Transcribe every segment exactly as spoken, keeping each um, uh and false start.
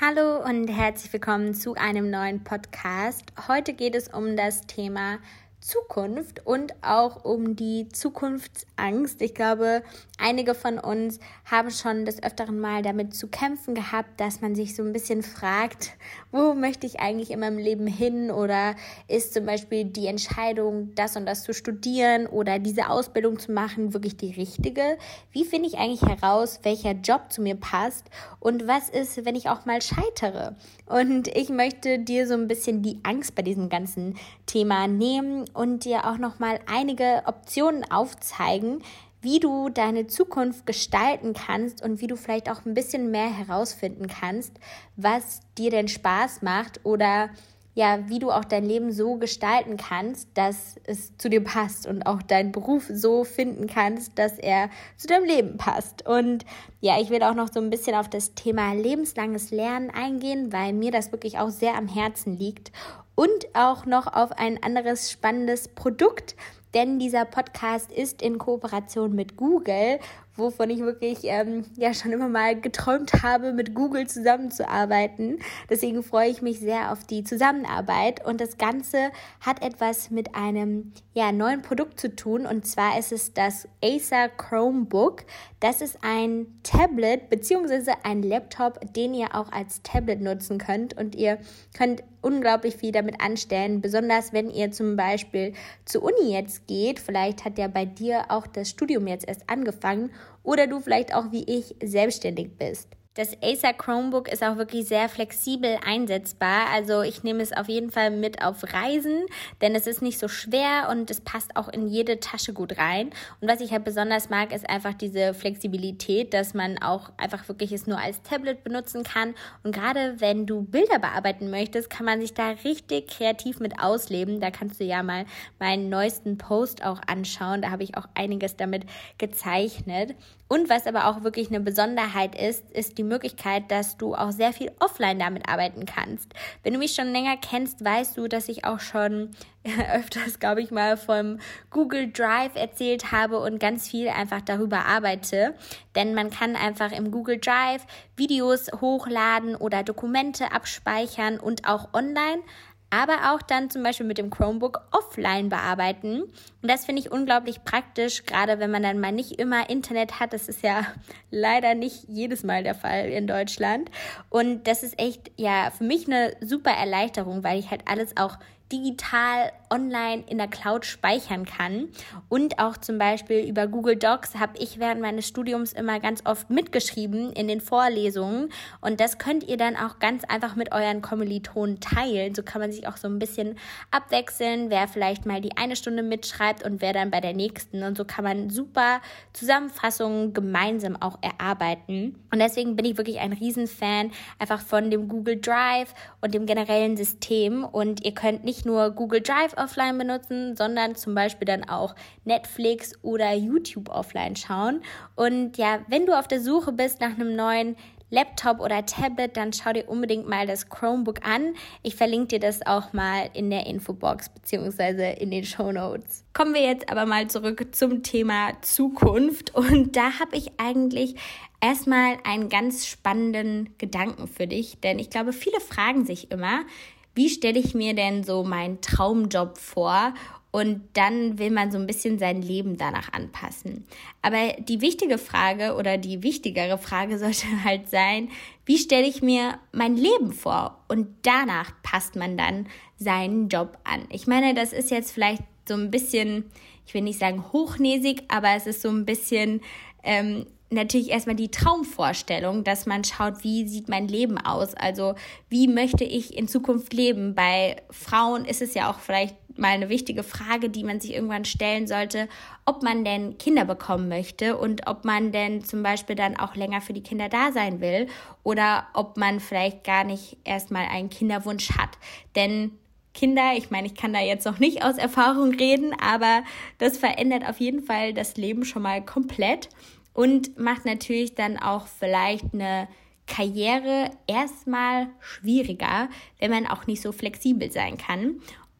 Hallo und herzlich willkommen zu einem neuen Podcast. Heute geht es um das Thema Zukunft und auch um die Zukunftsangst. Ich glaube, einige von uns haben schon des Öfteren mal damit zu kämpfen gehabt, dass man sich so ein bisschen fragt, wo möchte ich eigentlich in meinem Leben hin, oder ist zum Beispiel die Entscheidung, das und das zu studieren oder diese Ausbildung zu machen, wirklich die richtige? Wie finde ich eigentlich heraus, welcher Job zu mir passt und was ist, wenn ich auch mal scheitere? Und ich möchte dir so ein bisschen die Angst bei diesem ganzen Thema nehmen und dir auch nochmal einige Optionen aufzeigen, wie du deine Zukunft gestalten kannst und wie du vielleicht auch ein bisschen mehr herausfinden kannst, was dir denn Spaß macht oder ja, wie du auch dein Leben so gestalten kannst, dass es zu dir passt und auch deinen Beruf so finden kannst, dass er zu deinem Leben passt. Und ja, ich will auch noch so ein bisschen auf das Thema lebenslanges Lernen eingehen, weil mir das wirklich auch sehr am Herzen liegt, und auch noch auf ein anderes spannendes Produkt, denn dieser Podcast ist in Kooperation mit Google, wovon ich wirklich ähm, ja schon immer mal geträumt habe, mit Google zusammenzuarbeiten. Deswegen freue ich mich sehr auf die Zusammenarbeit, und das Ganze hat etwas mit einem ja, neuen Produkt zu tun, und zwar ist es das Acer Chromebook. Das ist ein Tablet bzw. ein Laptop, den ihr auch als Tablet nutzen könnt, und ihr könnt unglaublich viel damit anstellen, besonders wenn ihr zum Beispiel zur Uni jetzt geht. Vielleicht hat ja bei dir auch das Studium jetzt erst angefangen oder du vielleicht auch wie ich selbstständig bist. Das Acer Chromebook ist auch wirklich sehr flexibel einsetzbar, also ich nehme es auf jeden Fall mit auf Reisen, denn es ist nicht so schwer und es passt auch in jede Tasche gut rein. Und was ich halt besonders mag, ist einfach diese Flexibilität, dass man auch einfach wirklich es nur als Tablet benutzen kann, und gerade wenn du Bilder bearbeiten möchtest, kann man sich da richtig kreativ mit ausleben. Da kannst du ja mal meinen neuesten Post auch anschauen, da habe ich auch einiges damit gezeichnet. Und was aber auch wirklich eine Besonderheit ist, ist die Möglichkeit, dass du auch sehr viel offline damit arbeiten kannst. Wenn du mich schon länger kennst, weißt du, dass ich auch schon öfters, glaube ich mal, vom Google Drive erzählt habe und ganz viel einfach darüber arbeite. Denn man kann einfach im Google Drive Videos hochladen oder Dokumente abspeichern und auch online, aber auch dann zum Beispiel mit dem Chromebook offline bearbeiten. Und das finde ich unglaublich praktisch, gerade wenn man dann mal nicht immer Internet hat. Das ist ja leider nicht jedes Mal der Fall in Deutschland. Und das ist echt, ja, für mich eine super Erleichterung, weil ich halt alles auch digital online in der Cloud speichern kann. Und auch zum Beispiel über Google Docs habe ich während meines Studiums immer ganz oft mitgeschrieben in den Vorlesungen, und das könnt ihr dann auch ganz einfach mit euren Kommilitonen teilen. So kann man sich auch so ein bisschen abwechseln, wer vielleicht mal die eine Stunde mitschreibt und wer dann bei der nächsten, und so kann man super Zusammenfassungen gemeinsam auch erarbeiten. Und deswegen bin ich wirklich ein Riesenfan einfach von dem Google Drive und dem generellen System, und ihr könnt nicht Nicht nur Google Drive offline benutzen, sondern zum Beispiel dann auch Netflix oder YouTube offline schauen. Und ja, wenn du auf der Suche bist nach einem neuen Laptop oder Tablet, dann schau dir unbedingt mal das Chromebook an. Ich verlinke dir das auch mal in der Infobox bzw. in den Shownotes. Kommen wir jetzt aber mal zurück zum Thema Zukunft, und da habe ich eigentlich erstmal einen ganz spannenden Gedanken für dich, denn ich glaube, viele fragen sich immer, wie stelle ich mir denn so meinen Traumjob vor? Und dann will man so ein bisschen sein Leben danach anpassen. Aber die wichtige Frage oder die wichtigere Frage sollte halt sein, wie stelle ich mir mein Leben vor? Und danach passt man dann seinen Job an. Ich meine, das ist jetzt vielleicht so ein bisschen, ich will nicht sagen hochnäsig, aber es ist so ein bisschen ähm, natürlich erstmal die Traumvorstellung, dass man schaut, wie sieht mein Leben aus? Also wie möchte ich in Zukunft leben? Bei Frauen ist es ja auch vielleicht mal eine wichtige Frage, die man sich irgendwann stellen sollte, ob man denn Kinder bekommen möchte und ob man denn zum Beispiel dann auch länger für die Kinder da sein will oder ob man vielleicht gar nicht erstmal einen Kinderwunsch hat. Denn Kinder, ich meine, ich kann da jetzt noch nicht aus Erfahrung reden, aber das verändert auf jeden Fall das Leben schon mal komplett. Und macht natürlich dann auch vielleicht eine Karriere erstmal schwieriger, wenn man auch nicht so flexibel sein kann.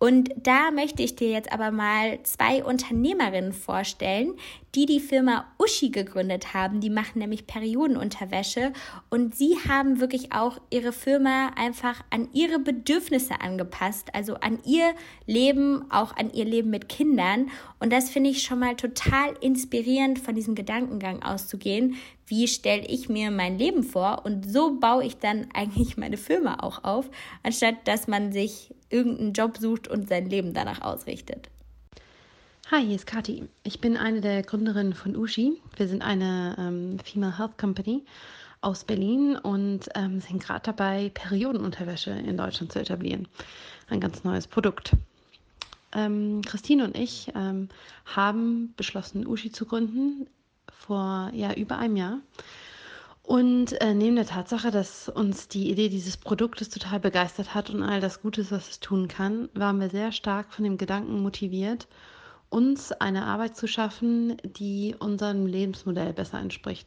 Und da möchte ich dir jetzt aber mal zwei Unternehmerinnen vorstellen, die die Firma Uschi gegründet haben. Die machen nämlich Periodenunterwäsche und sie haben wirklich auch ihre Firma einfach an ihre Bedürfnisse angepasst, also an ihr Leben, auch an ihr Leben mit Kindern. Und das finde ich schon mal total inspirierend, von diesem Gedankengang auszugehen. Wie stelle ich mir mein Leben vor und so baue ich dann eigentlich meine Firma auch auf, anstatt dass man sich irgendeinen Job sucht und sein Leben danach ausrichtet. Hi, hier ist Kathi. Ich bin eine der Gründerinnen von Uschi. Wir sind eine ähm, Female Health Company aus Berlin und ähm, sind gerade dabei, Periodenunterwäsche in Deutschland zu etablieren. Ein ganz neues Produkt. Ähm, Christine und ich ähm, haben beschlossen, Uschi zu gründen vor ja, über einem Jahr. Und äh, neben der Tatsache, dass uns die Idee dieses Produktes total begeistert hat und all das Gutes, was es tun kann, waren wir sehr stark von dem Gedanken motiviert, uns eine Arbeit zu schaffen, die unserem Lebensmodell besser entspricht.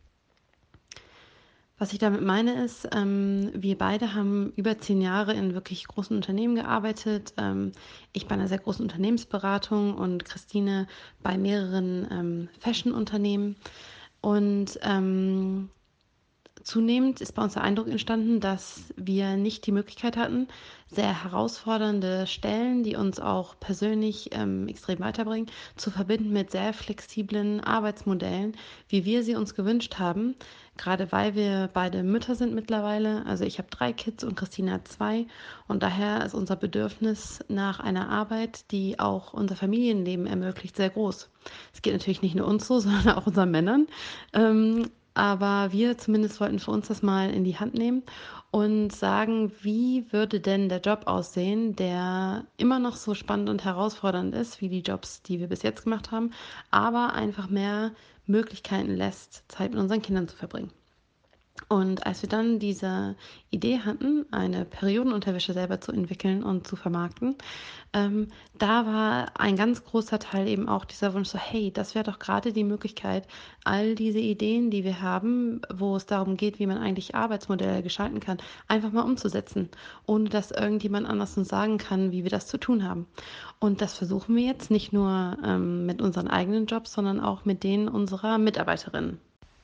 Was ich damit meine ist, ähm, wir beide haben über zehn Jahre in wirklich großen Unternehmen gearbeitet. Ähm, ich bei einer sehr großen Unternehmensberatung und Christine bei mehreren ähm, Fashion-Unternehmen. Und ähm, Zunehmend ist bei uns der Eindruck entstanden, dass wir nicht die Möglichkeit hatten, sehr herausfordernde Stellen, die uns auch persönlich ähm, extrem weiterbringen, zu verbinden mit sehr flexiblen Arbeitsmodellen, wie wir sie uns gewünscht haben. Gerade weil wir beide Mütter sind mittlerweile. Also ich habe drei Kids und Christine hat zwei. Und daher ist unser Bedürfnis nach einer Arbeit, die auch unser Familienleben ermöglicht, sehr groß. Es geht natürlich nicht nur uns so, sondern auch unseren Männern. Ähm, aber wir zumindest wollten für uns das mal in die Hand nehmen und sagen, wie würde denn der Job aussehen, der immer noch so spannend und herausfordernd ist, wie die Jobs, die wir bis jetzt gemacht haben, aber einfach mehr Möglichkeiten lässt, Zeit mit unseren Kindern zu verbringen. Und als wir dann diese Idee hatten, eine Periodenunterwäsche selber zu entwickeln und zu vermarkten, ähm, da war ein ganz großer Teil eben auch dieser Wunsch so, hey, das wäre doch gerade die Möglichkeit, all diese Ideen, die wir haben, wo es darum geht, wie man eigentlich Arbeitsmodelle gestalten kann, einfach mal umzusetzen, ohne dass irgendjemand anders uns sagen kann, wie wir das zu tun haben. Und das versuchen wir jetzt nicht nur ähm, mit unseren eigenen Jobs, sondern auch mit denen unserer Mitarbeiterinnen.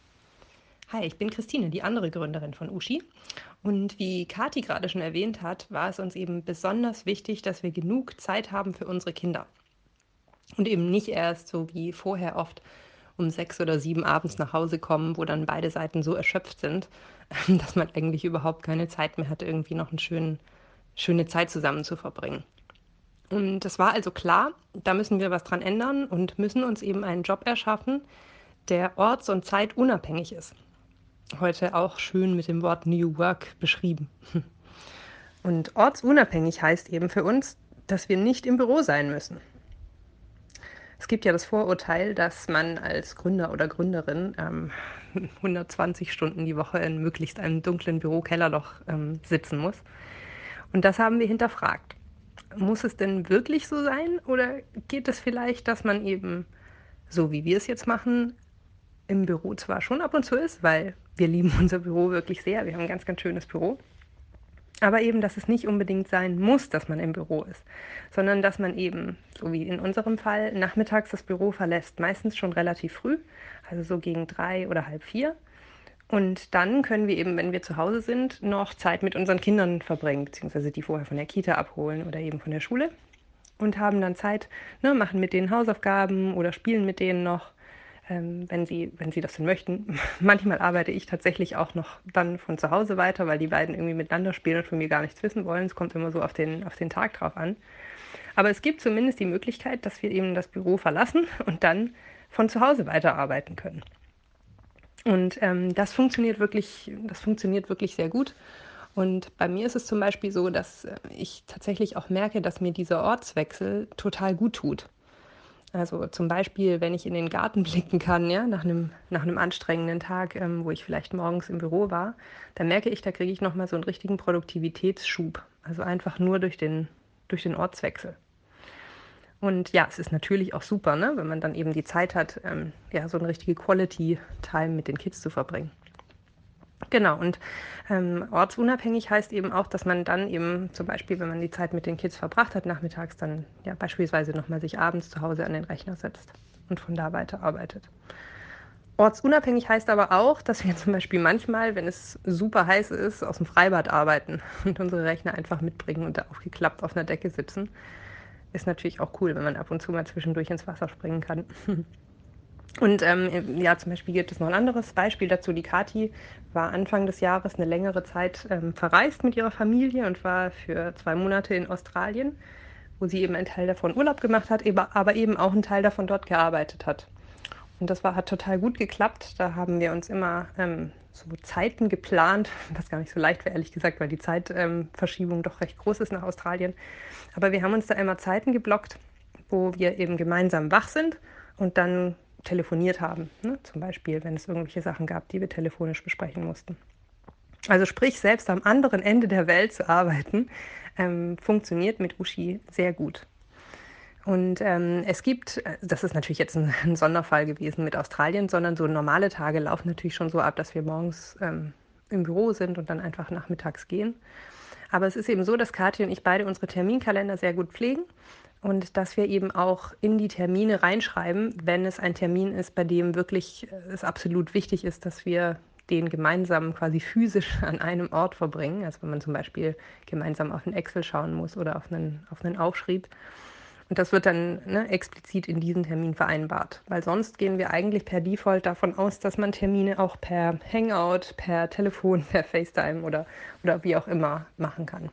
Hi, ich bin Christine, die andere Gründerin von Uschi. Und wie Kathi gerade schon erwähnt hat, war es uns eben besonders wichtig, dass wir genug Zeit haben für unsere Kinder. Und eben nicht erst so wie vorher oft um sechs oder sieben abends nach Hause kommen, wo dann beide Seiten so erschöpft sind, dass man eigentlich überhaupt keine Zeit mehr hat, irgendwie noch eine schöne, schöne Zeit zusammen zu verbringen. Und das war also klar, da müssen wir was dran ändern und müssen uns eben einen Job erschaffen, der orts- und zeitunabhängig ist. Heute auch schön mit dem Wort New Work beschrieben. Und ortsunabhängig heißt eben für uns, dass wir nicht im Büro sein müssen. Es gibt ja das Vorurteil, dass man als Gründer oder Gründerin ähm, hundertzwanzig Stunden die Woche in möglichst einem dunklen Bürokellerloch ähm, sitzen muss. Und das haben wir hinterfragt. Muss es denn wirklich so sein oder geht es vielleicht, dass man eben, so wie wir es jetzt machen, im Büro zwar schon ab und zu ist, weil wir lieben unser Büro wirklich sehr, wir haben ein ganz, ganz schönes Büro, aber eben, dass es nicht unbedingt sein muss, dass man im Büro ist, sondern dass man eben, so wie in unserem Fall, nachmittags das Büro verlässt, meistens schon relativ früh, also so gegen drei oder halb vier. Und dann können wir eben, wenn wir zu Hause sind, noch Zeit mit unseren Kindern verbringen, beziehungsweise die vorher von der Kita abholen oder eben von der Schule und haben dann Zeit, ne, machen mit denen Hausaufgaben oder spielen mit denen noch, ähm, wenn sie, wenn sie das denn möchten. Manchmal arbeite ich tatsächlich auch noch dann von zu Hause weiter, weil die beiden irgendwie miteinander spielen und von mir gar nichts wissen wollen. Es kommt immer so auf den, auf den Tag drauf an. Aber es gibt zumindest die Möglichkeit, dass wir eben das Büro verlassen und dann von zu Hause weiterarbeiten können. Und ähm, das funktioniert wirklich, das funktioniert wirklich sehr gut. Und bei mir ist es zum Beispiel so, dass ich tatsächlich auch merke, dass mir dieser Ortswechsel total gut tut. Also zum Beispiel, wenn ich in den Garten blicken kann, ja, nach einem, nach einem anstrengenden Tag, ähm, wo ich vielleicht morgens im Büro war, dann merke ich, da kriege ich nochmal so einen richtigen Produktivitätsschub. Also einfach nur durch den, durch den Ortswechsel. Und ja, es ist natürlich auch super, ne, wenn man dann eben die Zeit hat, ähm, ja, so eine richtige Quality-Time mit den Kids zu verbringen. Genau, und ähm, ortsunabhängig heißt eben auch, dass man dann eben zum Beispiel, wenn man die Zeit mit den Kids verbracht hat, nachmittags dann ja beispielsweise nochmal sich abends zu Hause an den Rechner setzt und von da weiterarbeitet. Ortsunabhängig heißt aber auch, dass wir zum Beispiel manchmal, wenn es super heiß ist, aus dem Freibad arbeiten und unsere Rechner einfach mitbringen und da aufgeklappt auf einer Decke sitzen. Ist natürlich auch cool, wenn man ab und zu mal zwischendurch ins Wasser springen kann. Und ähm, ja, zum Beispiel gibt es noch ein anderes Beispiel dazu. Die Kathi war Anfang des Jahres eine längere Zeit ähm, verreist mit ihrer Familie und war für zwei Monate in Australien, wo sie eben einen Teil davon Urlaub gemacht hat, aber eben auch einen Teil davon dort gearbeitet hat. Und das war, hat total gut geklappt. Da haben wir uns immer ähm, so Zeiten geplant, was gar nicht so leicht wäre, ehrlich gesagt, weil die Zeitverschiebung ähm, doch recht groß ist nach Australien. Aber wir haben uns da immer Zeiten geblockt, wo wir eben gemeinsam wach sind und dann telefoniert haben. Ne? Zum Beispiel, wenn es irgendwelche Sachen gab, die wir telefonisch besprechen mussten. Also sprich, selbst am anderen Ende der Welt zu arbeiten, ähm, funktioniert mit Uschi sehr gut. Und ähm, es gibt, das ist natürlich jetzt ein, ein Sonderfall gewesen mit Australien, sondern so normale Tage laufen natürlich schon so ab, dass wir morgens ähm, im Büro sind und dann einfach nachmittags gehen. Aber es ist eben so, dass Kathi und ich beide unsere Terminkalender sehr gut pflegen und dass wir eben auch in die Termine reinschreiben, wenn es ein Termin ist, bei dem wirklich es absolut wichtig ist, dass wir den gemeinsam quasi physisch an einem Ort verbringen. Also wenn man zum Beispiel gemeinsam auf ein Excel schauen muss oder auf einen, auf einen Aufschrieb. Und das wird dann ne, explizit in diesen Termin vereinbart. Weil sonst gehen wir eigentlich per Default davon aus, dass man Termine auch per Hangout, per Telefon, per FaceTime oder, oder wie auch immer machen kann.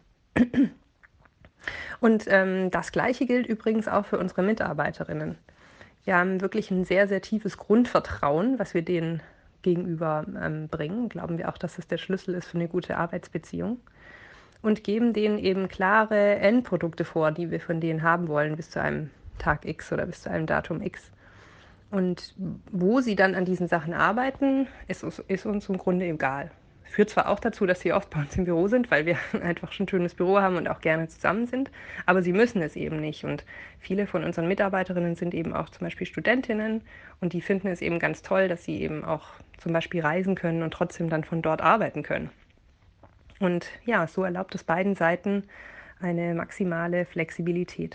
Und ähm, das Gleiche gilt übrigens auch für unsere Mitarbeiterinnen. Wir haben wirklich ein sehr, sehr tiefes Grundvertrauen, was wir denen gegenüber ähm, bringen. Glauben wir auch, dass das der Schlüssel ist für eine gute Arbeitsbeziehung. Und geben denen eben klare Endprodukte vor, die wir von denen haben wollen, bis zu einem Tag X oder bis zu einem Datum X. Und wo sie dann an diesen Sachen arbeiten, ist, ist uns im Grunde egal. Führt zwar auch dazu, dass sie oft bei uns im Büro sind, weil wir einfach schon ein schönes Büro haben und auch gerne zusammen sind, aber sie müssen es eben nicht. Und viele von unseren Mitarbeiterinnen sind eben auch zum Beispiel Studentinnen und die finden es eben ganz toll, dass sie eben auch zum Beispiel reisen können und trotzdem dann von dort arbeiten können. Und ja, so erlaubt es beiden Seiten eine maximale Flexibilität.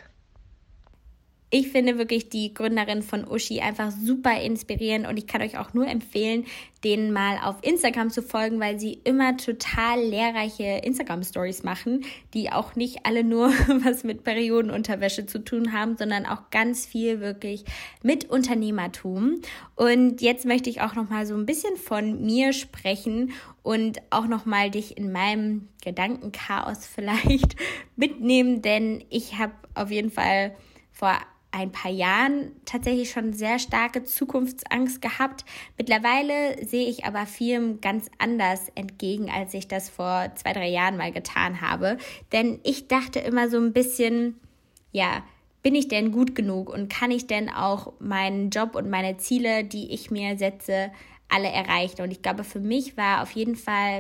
Ich finde wirklich die Gründerin von Uschi einfach super inspirierend und ich kann euch auch nur empfehlen, denen mal auf Instagram zu folgen, weil sie immer total lehrreiche Instagram-Stories machen, die auch nicht alle nur was mit Periodenunterwäsche zu tun haben, sondern auch ganz viel wirklich mit Unternehmertum. Und jetzt möchte ich auch nochmal so ein bisschen von mir sprechen und auch nochmal dich in meinem Gedankenchaos vielleicht mitnehmen, denn ich habe auf jeden Fall vor ein paar Jahren tatsächlich schon sehr starke Zukunftsangst gehabt. Mittlerweile sehe ich aber vielem ganz anders entgegen, als ich das vor zwei, drei Jahren mal getan habe. Denn ich dachte immer so ein bisschen, ja, bin ich denn gut genug und kann ich denn auch meinen Job und meine Ziele, die ich mir setze, alle erreichen? Und ich glaube, für mich war auf jeden Fall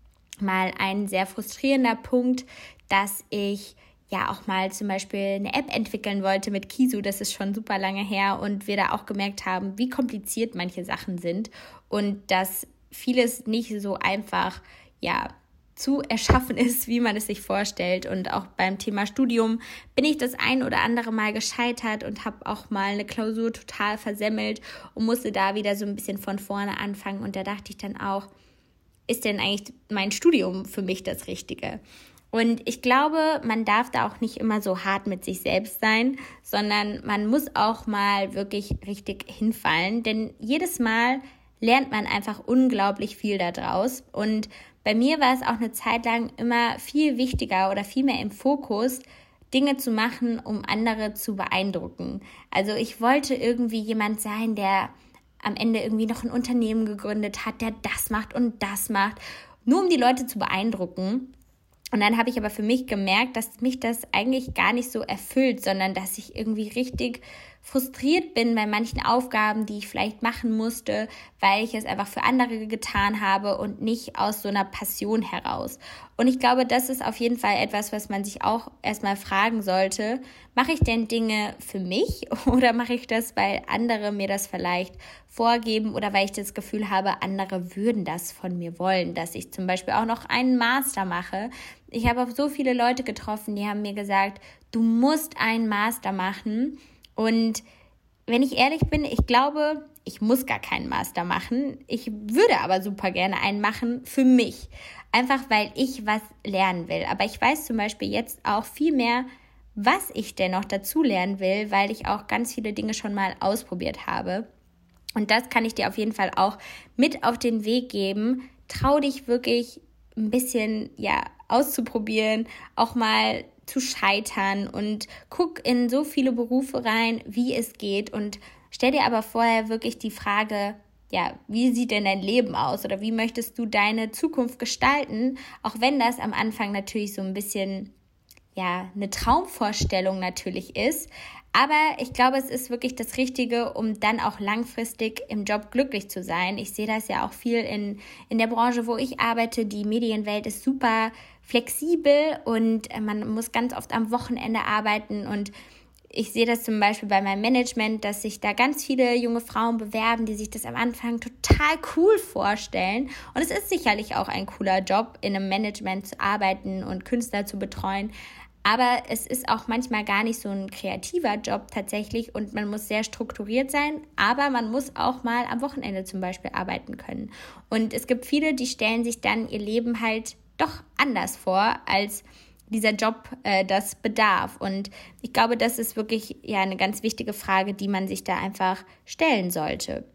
mal ein sehr frustrierender Punkt, dass ich ja auch mal zum Beispiel eine App entwickeln wollte mit Kisu, das ist schon super lange her und wir da auch gemerkt haben, wie kompliziert manche Sachen sind und dass vieles nicht so einfach ja zu erschaffen ist, wie man es sich vorstellt. Und auch beim Thema Studium bin ich das ein oder andere Mal gescheitert und habe auch mal eine Klausur total versemmelt und musste da wieder so ein bisschen von vorne anfangen und da dachte ich dann auch, ist denn eigentlich mein Studium für mich das Richtige? Und ich glaube, man darf da auch nicht immer so hart mit sich selbst sein, sondern man muss auch mal wirklich richtig hinfallen. Denn jedes Mal lernt man einfach unglaublich viel daraus. Und bei mir war es auch eine Zeit lang immer viel wichtiger oder viel mehr im Fokus, Dinge zu machen, um andere zu beeindrucken. Also ich wollte irgendwie jemand sein, der am Ende irgendwie noch ein Unternehmen gegründet hat, der das macht und das macht, nur um die Leute zu beeindrucken. Und dann habe ich aber für mich gemerkt, dass mich das eigentlich gar nicht so erfüllt, sondern dass ich irgendwie richtig frustriert bin bei manchen Aufgaben, die ich vielleicht machen musste, weil ich es einfach für andere getan habe und nicht aus so einer Passion heraus. Und ich glaube, das ist auf jeden Fall etwas, was man sich auch erstmal fragen sollte. Mache ich denn Dinge für mich oder mache ich das, weil andere mir das vielleicht vorgeben oder weil ich das Gefühl habe, andere würden das von mir wollen, dass ich zum Beispiel auch noch einen Master mache. Ich habe auch so viele Leute getroffen, die haben mir gesagt, du musst einen Master machen. Und wenn ich ehrlich bin, ich glaube, ich muss gar keinen Master machen. Ich würde aber super gerne einen machen für mich. Einfach, weil ich was lernen will. Aber ich weiß zum Beispiel jetzt auch viel mehr, was ich denn noch dazu lernen will, weil ich auch ganz viele Dinge schon mal ausprobiert habe. Und das kann ich dir auf jeden Fall auch mit auf den Weg geben. Trau dich wirklich ein bisschen, ja, auszuprobieren, auch mal zu scheitern und guck in so viele Berufe rein, wie es geht und stell dir aber vorher wirklich die Frage, ja, wie sieht denn dein Leben aus oder wie möchtest du deine Zukunft gestalten, auch wenn das am Anfang natürlich so ein bisschen, ja, eine Traumvorstellung natürlich ist, aber ich glaube, es ist wirklich das Richtige, um dann auch langfristig im Job glücklich zu sein. Ich sehe das ja auch viel in, in der Branche, wo ich arbeite. Die Medienwelt ist super flexibel und man muss ganz oft am Wochenende arbeiten und ich sehe das zum Beispiel bei meinem Management, dass sich da ganz viele junge Frauen bewerben, die sich das am Anfang total cool vorstellen. Und es ist sicherlich auch ein cooler Job, in einem Management zu arbeiten und Künstler zu betreuen. Aber es ist auch manchmal gar nicht so ein kreativer Job tatsächlich und man muss sehr strukturiert sein, aber man muss auch mal am Wochenende zum Beispiel arbeiten können. Und es gibt viele, die stellen sich dann ihr Leben halt doch anders vor, als dieser Job äh, das bedarf. Und ich glaube, das ist wirklich ja eine ganz wichtige Frage, die man sich da einfach stellen sollte.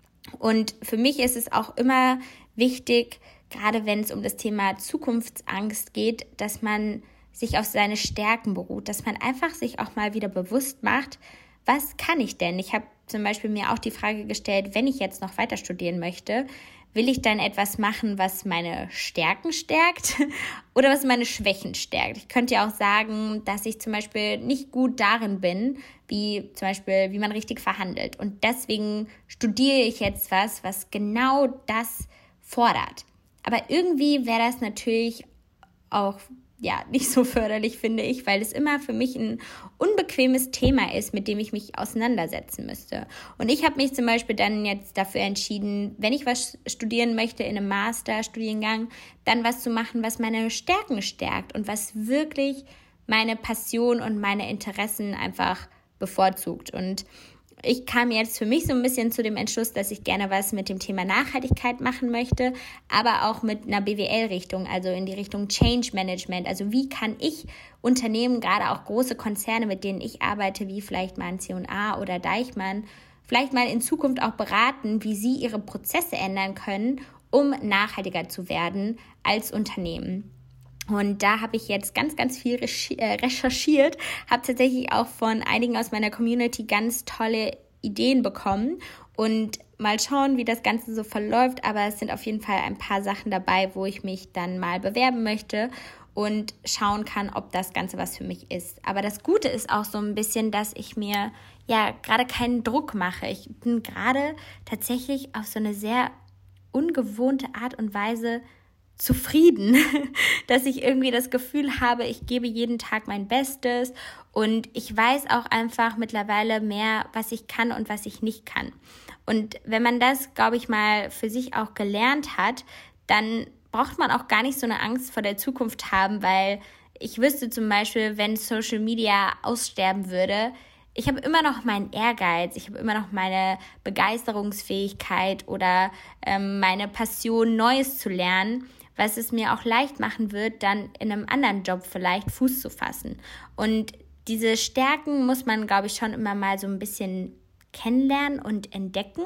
Und für mich ist es auch immer wichtig, gerade wenn es um das Thema Zukunftsangst geht, dass man sich auf seine Stärken beruht, dass man einfach sich auch mal wieder bewusst macht, was kann ich denn? Ich habe zum Beispiel mir auch die Frage gestellt, wenn ich jetzt noch weiter studieren möchte, will ich dann etwas machen, was meine Stärken stärkt oder was meine Schwächen stärkt? Ich könnte ja auch sagen, dass ich zum Beispiel nicht gut darin bin, wie zum Beispiel, wie man richtig verhandelt. Und deswegen studiere ich jetzt was, was genau das fordert. Aber irgendwie wäre das natürlich auch ja, nicht so förderlich, finde ich, weil es immer für mich ein unbequemes Thema ist, mit dem ich mich auseinandersetzen müsste. Und ich habe mich zum Beispiel dann jetzt dafür entschieden, wenn ich was studieren möchte in einem Masterstudiengang, dann was zu machen, was meine Stärken stärkt und was wirklich meine Passion und meine Interessen einfach bevorzugt. Und ich kam jetzt für mich so ein bisschen zu dem Entschluss, dass ich gerne was mit dem Thema Nachhaltigkeit machen möchte, aber auch mit einer B W L-Richtung, also in die Richtung Change Management. Also wie kann ich Unternehmen, gerade auch große Konzerne, mit denen ich arbeite, wie vielleicht mal ein C und A oder Deichmann, vielleicht mal in Zukunft auch beraten, wie sie ihre Prozesse ändern können, um nachhaltiger zu werden als Unternehmen. Und da habe ich jetzt ganz, ganz viel recherchiert, habe tatsächlich auch von einigen aus meiner Community ganz tolle Ideen bekommen und mal schauen, wie das Ganze so verläuft. Aber es sind auf jeden Fall ein paar Sachen dabei, wo ich mich dann mal bewerben möchte und schauen kann, ob das Ganze was für mich ist. Aber das Gute ist auch so ein bisschen, dass ich mir ja gerade keinen Druck mache. Ich bin gerade tatsächlich auf so eine sehr ungewohnte Art und Weise zufrieden, dass ich irgendwie das Gefühl habe, ich gebe jeden Tag mein Bestes und ich weiß auch einfach mittlerweile mehr, was ich kann und was ich nicht kann. Und wenn man das, glaube ich, mal für sich auch gelernt hat, dann braucht man auch gar nicht so eine Angst vor der Zukunft haben, weil ich wüsste zum Beispiel, wenn Social Media aussterben würde, ich habe immer noch meinen Ehrgeiz, ich habe immer noch meine Begeisterungsfähigkeit oder ähm, meine Passion, Neues zu lernen, was es mir auch leicht machen wird, dann in einem anderen Job vielleicht Fuß zu fassen. Und diese Stärken muss man, glaube ich, schon immer mal so ein bisschen kennenlernen und entdecken.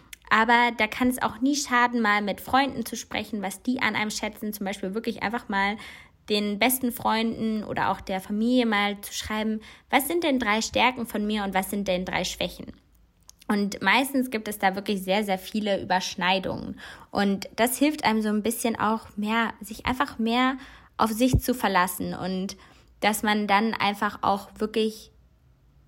Aber da kann es auch nie schaden, mal mit Freunden zu sprechen, was die an einem schätzen. Zum Beispiel wirklich einfach mal den besten Freunden oder auch der Familie mal zu schreiben, was sind denn drei Stärken von mir und was sind denn drei Schwächen? Und meistens gibt es da wirklich sehr, sehr viele Überschneidungen. Und das hilft einem so ein bisschen auch mehr, sich einfach mehr auf sich zu verlassen und dass man dann einfach auch wirklich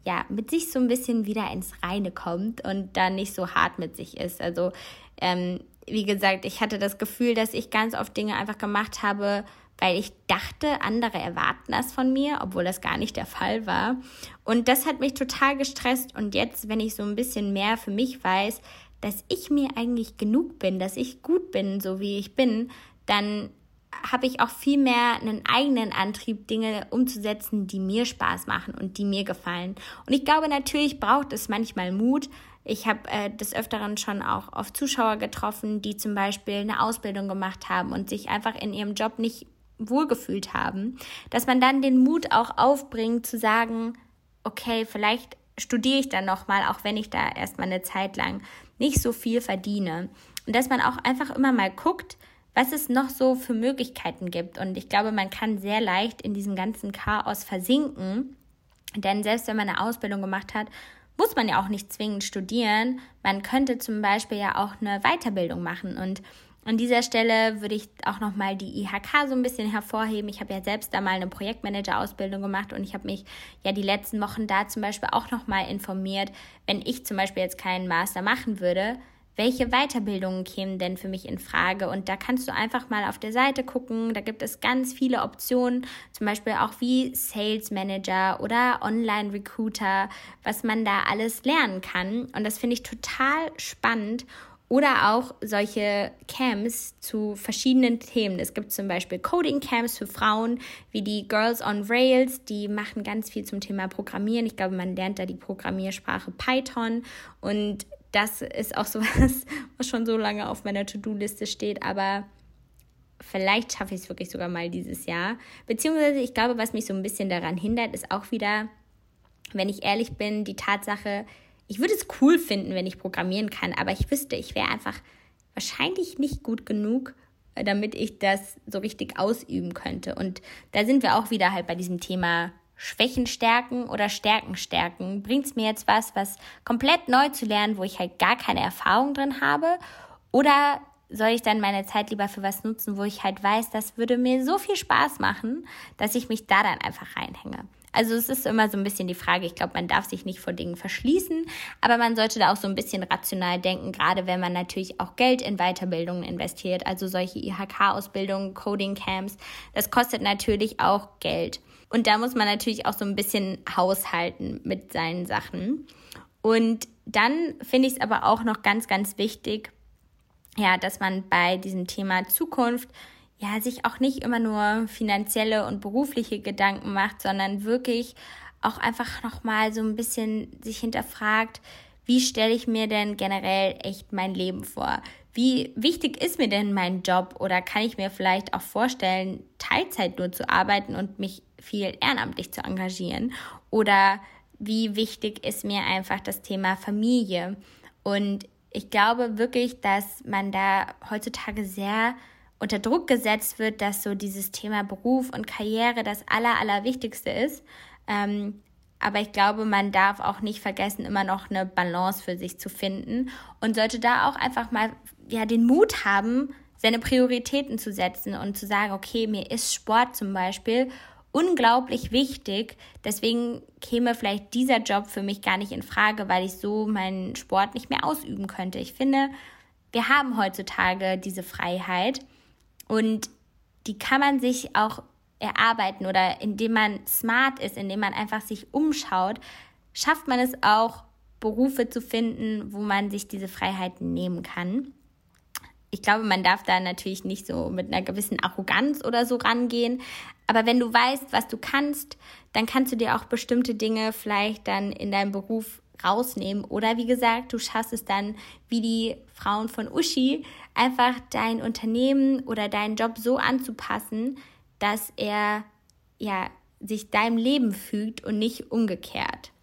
ja, mit sich so ein bisschen wieder ins Reine kommt und dann nicht so hart mit sich ist. Also, ähm, wie gesagt, ich hatte das Gefühl, dass ich ganz oft Dinge einfach gemacht habe, weil ich dachte, andere erwarten das von mir, obwohl das gar nicht der Fall war. Und das hat mich total gestresst. Und jetzt, wenn ich so ein bisschen mehr für mich weiß, dass ich mir eigentlich genug bin, dass ich gut bin, so wie ich bin, dann habe ich auch viel mehr einen eigenen Antrieb, Dinge umzusetzen, die mir Spaß machen und die mir gefallen. Und ich glaube, natürlich braucht es manchmal Mut. Ich habe äh, des Öfteren schon auch auf Zuschauer getroffen, die zum Beispiel eine Ausbildung gemacht haben und sich einfach in ihrem Job nicht wohlgefühlt haben, dass man dann den Mut auch aufbringt, zu sagen, okay, vielleicht studiere ich dann nochmal, auch wenn ich da erstmal eine Zeit lang nicht so viel verdiene. Und dass man auch einfach immer mal guckt, was es noch so für Möglichkeiten gibt. Und ich glaube, man kann sehr leicht in diesem ganzen Chaos versinken, denn selbst wenn man eine Ausbildung gemacht hat, muss man ja auch nicht zwingend studieren. Man könnte zum Beispiel ja auch eine Weiterbildung machen. Und an dieser Stelle würde ich auch nochmal die I H K so ein bisschen hervorheben. Ich habe ja selbst da mal eine Projektmanager-Ausbildung gemacht und ich habe mich ja die letzten Wochen da zum Beispiel auch nochmal informiert, wenn ich zum Beispiel jetzt keinen Master machen würde, welche Weiterbildungen kämen denn für mich in Frage? Und da kannst du einfach mal auf der Seite gucken. Da gibt es ganz viele Optionen, zum Beispiel auch wie Sales Manager oder Online Recruiter, was man da alles lernen kann. Und das finde ich total spannend. Oder auch solche Camps zu verschiedenen Themen. Es gibt zum Beispiel Coding-Camps für Frauen, wie die Girls on Rails. Die machen ganz viel zum Thema Programmieren. Ich glaube, man lernt da die Programmiersprache Python. Und das ist auch sowas, was schon so lange auf meiner To-Do-Liste steht. Aber vielleicht schaffe ich es wirklich sogar mal dieses Jahr. Beziehungsweise ich glaube, was mich so ein bisschen daran hindert, ist auch wieder, wenn ich ehrlich bin, die Tatsache, ich würde es cool finden, wenn ich programmieren kann, aber ich wüsste, ich wäre einfach wahrscheinlich nicht gut genug, damit ich das so richtig ausüben könnte. Und da sind wir auch wieder halt bei diesem Thema Schwächen stärken oder Stärken stärken. Bringt es mir jetzt was, was komplett neu zu lernen, wo ich halt gar keine Erfahrung drin habe? Oder soll ich dann meine Zeit lieber für was nutzen, wo ich halt weiß, das würde mir so viel Spaß machen, dass ich mich da dann einfach reinhänge? Also es ist immer so ein bisschen die Frage, ich glaube, man darf sich nicht vor Dingen verschließen, aber man sollte da auch so ein bisschen rational denken, gerade wenn man natürlich auch Geld in Weiterbildungen investiert, also solche I H K-Ausbildungen, Coding-Camps, das kostet natürlich auch Geld. Und da muss man natürlich auch so ein bisschen haushalten mit seinen Sachen. Und dann finde ich es aber auch noch ganz, ganz wichtig, ja, dass man bei diesem Thema Zukunft ja, sich auch nicht immer nur finanzielle und berufliche Gedanken macht, sondern wirklich auch einfach nochmal so ein bisschen sich hinterfragt, wie stelle ich mir denn generell echt mein Leben vor? Wie wichtig ist mir denn mein Job? Oder kann ich mir vielleicht auch vorstellen, Teilzeit nur zu arbeiten und mich viel ehrenamtlich zu engagieren? Oder wie wichtig ist mir einfach das Thema Familie? Und ich glaube wirklich, dass man da heutzutage sehr unter Druck gesetzt wird, dass so dieses Thema Beruf und Karriere das Aller, Allerwichtigste ist. Ähm, aber ich glaube, man darf auch nicht vergessen, immer noch eine Balance für sich zu finden und sollte da auch einfach mal ja, den Mut haben, seine Prioritäten zu setzen und zu sagen, okay, mir ist Sport zum Beispiel unglaublich wichtig, deswegen käme vielleicht dieser Job für mich gar nicht in Frage, weil ich so meinen Sport nicht mehr ausüben könnte. Ich finde, wir haben heutzutage diese Freiheit, und die kann man sich auch erarbeiten oder indem man smart ist, indem man einfach sich umschaut, schafft man es auch, Berufe zu finden, wo man sich diese Freiheiten nehmen kann. Ich glaube, man darf da natürlich nicht so mit einer gewissen Arroganz oder so rangehen, aber wenn du weißt, was du kannst, dann kannst du dir auch bestimmte Dinge vielleicht dann in deinem Beruf rausnehmen. Oder wie gesagt, du schaffst es dann, wie die Frauen von Uschi, einfach dein Unternehmen oder deinen Job so anzupassen, dass er ja sich deinem Leben fügt und nicht umgekehrt.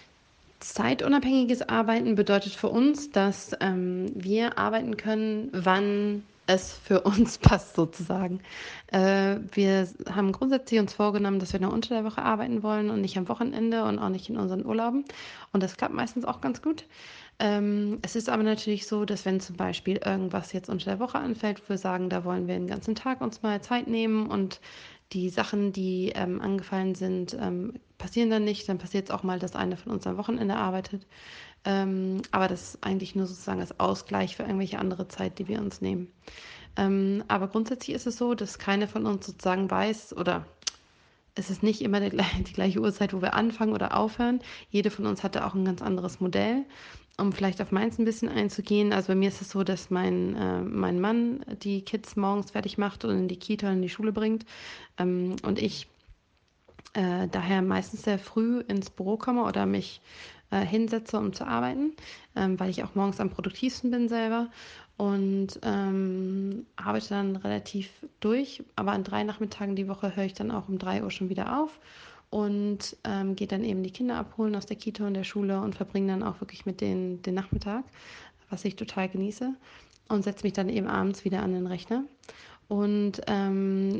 Zeitunabhängiges Arbeiten bedeutet für uns, dass ähm, wir arbeiten können, wann es für uns passt sozusagen. Äh, wir haben grundsätzlich uns vorgenommen, dass wir nur unter der Woche arbeiten wollen und nicht am Wochenende und auch nicht in unseren Urlauben. Und das klappt meistens auch ganz gut. Ähm, es ist aber natürlich so, dass wenn zum Beispiel irgendwas jetzt unter der Woche anfällt, wo wir sagen, da wollen wir den ganzen Tag uns mal Zeit nehmen und die Sachen, die ähm, angefallen sind, ähm, passieren dann nicht. Dann passiert es auch mal, dass einer von uns am Wochenende arbeitet. Ähm, aber das ist eigentlich nur sozusagen als Ausgleich für irgendwelche andere Zeit, die wir uns nehmen. Ähm, aber grundsätzlich ist es so, dass keine von uns sozusagen weiß oder es ist nicht immer die, die gleiche Uhrzeit, wo wir anfangen oder aufhören. Jede von uns hatte auch ein ganz anderes Modell. Um vielleicht auf meins ein bisschen einzugehen. Also bei mir ist es so, dass mein, äh, mein Mann die Kids morgens fertig macht und in die Kita und in die Schule bringt. Ähm, und ich äh, daher meistens sehr früh ins Büro komme oder mich äh, hinsetze, um zu arbeiten, ähm, weil ich auch morgens am produktivsten bin selber. Und ähm, arbeite dann relativ durch, aber an drei Nachmittagen die Woche höre ich dann auch um drei Uhr schon wieder auf und ähm, gehe dann eben die Kinder abholen aus der Kita und der Schule und verbringe dann auch wirklich mit denen den Nachmittag, was ich total genieße, und setze mich dann eben abends wieder an den Rechner. Und ähm,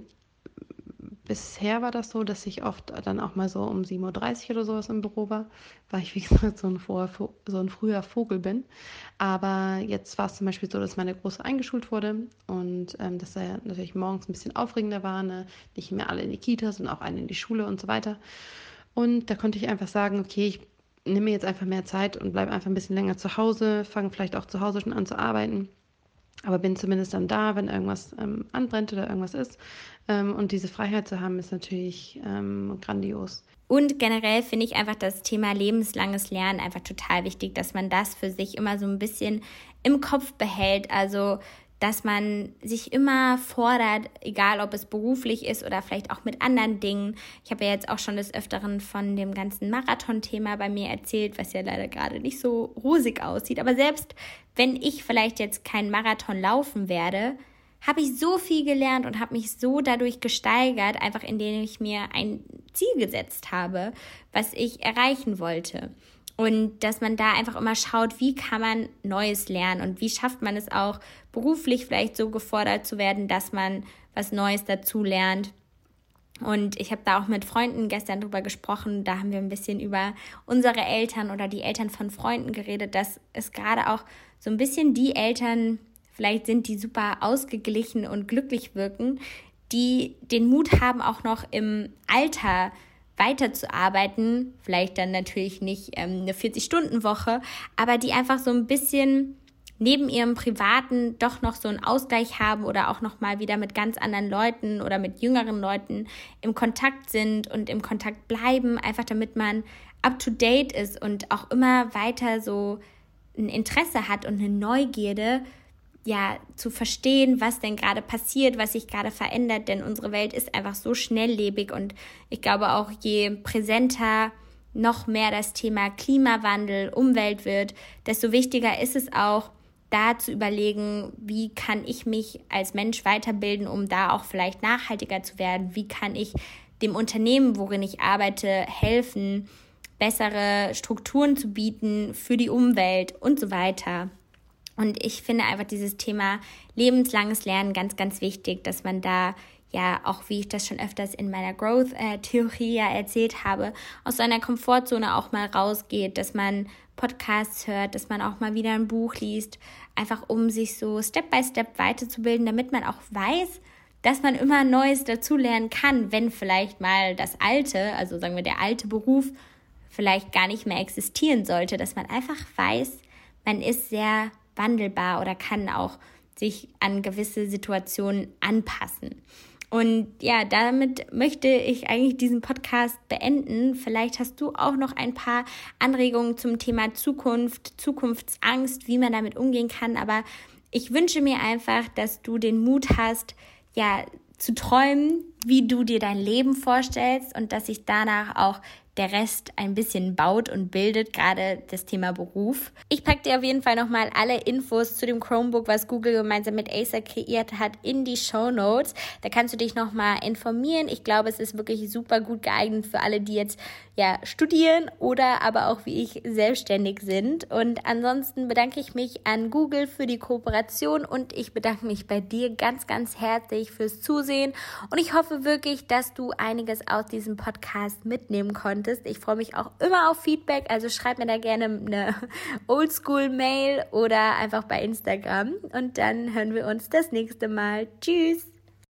bisher war das so, dass ich oft dann auch mal so um sieben Uhr dreißig oder sowas im Büro war, weil ich, wie gesagt, so ein, vor, so ein früher Vogel bin. Aber jetzt war es zum Beispiel so, dass meine Große eingeschult wurde und ähm, dass er natürlich morgens ein bisschen aufregender war, ne? Nicht mehr alle in die Kita, sondern auch alle in die Schule und so weiter. Und da konnte ich einfach sagen, okay, ich nehme mir jetzt einfach mehr Zeit und bleibe einfach ein bisschen länger zu Hause, fange vielleicht auch zu Hause schon an zu arbeiten. Aber bin zumindest dann da, wenn irgendwas ähm, anbrennt oder irgendwas ist. Ähm, und diese Freiheit zu haben, ist natürlich ähm, grandios. Und generell finde ich einfach das Thema lebenslanges Lernen einfach total wichtig, dass man das für sich immer so ein bisschen im Kopf behält. Also, dass man sich immer fordert, egal ob es beruflich ist oder vielleicht auch mit anderen Dingen. Ich habe ja jetzt auch schon des Öfteren von dem ganzen Marathon-Thema bei mir erzählt, was ja leider gerade nicht so rosig aussieht. Aber selbst wenn ich vielleicht jetzt keinen Marathon laufen werde, habe ich so viel gelernt und habe mich so dadurch gesteigert, einfach indem ich mir ein Ziel gesetzt habe, was ich erreichen wollte. Und dass man da einfach immer schaut, wie kann man Neues lernen und wie schafft man es auch, beruflich vielleicht so gefordert zu werden, dass man was Neues dazu lernt. Und ich habe da auch mit Freunden gestern drüber gesprochen, da haben wir ein bisschen über unsere Eltern oder die Eltern von Freunden geredet, dass es gerade auch so ein bisschen die Eltern vielleicht sind, die super ausgeglichen und glücklich wirken, die den Mut haben, auch noch im Alter weiterzuarbeiten, vielleicht dann natürlich nicht ähm, eine vierzig-Stunden-Woche, aber die einfach so ein bisschen neben ihrem Privaten doch noch so einen Ausgleich haben oder auch noch mal wieder mit ganz anderen Leuten oder mit jüngeren Leuten im Kontakt sind und im Kontakt bleiben, einfach damit man up-to-date ist und auch immer weiter so ein Interesse hat und eine Neugierde, ja, zu verstehen, was denn gerade passiert, was sich gerade verändert, denn unsere Welt ist einfach so schnelllebig und ich glaube auch, je präsenter noch mehr das Thema Klimawandel, Umwelt wird, desto wichtiger ist es auch, da zu überlegen, wie kann ich mich als Mensch weiterbilden, um da auch vielleicht nachhaltiger zu werden, wie kann ich dem Unternehmen, worin ich arbeite, helfen, bessere Strukturen zu bieten für die Umwelt und so weiter. Und ich finde einfach dieses Thema lebenslanges Lernen ganz, ganz wichtig, dass man da ja auch, wie ich das schon öfters in meiner Growth-Theorie ja erzählt habe, aus seiner Komfortzone auch mal rausgeht, dass man Podcasts hört, dass man auch mal wieder ein Buch liest, einfach um sich so Step by Step weiterzubilden, damit man auch weiß, dass man immer Neues dazulernen kann, wenn vielleicht mal das Alte, also sagen wir der alte Beruf, vielleicht gar nicht mehr existieren sollte, dass man einfach weiß, man ist sehr wandelbar oder kann auch sich an gewisse Situationen anpassen. Und ja, damit möchte ich eigentlich diesen Podcast beenden. Vielleicht hast du auch noch ein paar Anregungen zum Thema Zukunft, Zukunftsangst, wie man damit umgehen kann. Aber ich wünsche mir einfach, dass du den Mut hast, ja, zu träumen, wie du dir dein Leben vorstellst und dass sich danach auch der Rest ein bisschen baut und bildet, gerade das Thema Beruf. Ich packe dir auf jeden Fall nochmal alle Infos zu dem Chromebook, was Google gemeinsam mit Acer kreiert hat, in die Shownotes. Da kannst du dich nochmal informieren. Ich glaube, es ist wirklich super gut geeignet für alle, die jetzt ja studieren oder aber auch wie ich selbstständig sind. Und ansonsten bedanke ich mich an Google für die Kooperation und ich bedanke mich bei dir ganz, ganz herzlich fürs Zusehen. Und ich hoffe wirklich, dass du einiges aus diesem Podcast mitnehmen konntest. Ich freue mich auch immer auf Feedback, also schreib mir da gerne eine Oldschool-Mail oder einfach bei Instagram und dann hören wir uns das nächste Mal. Tschüss!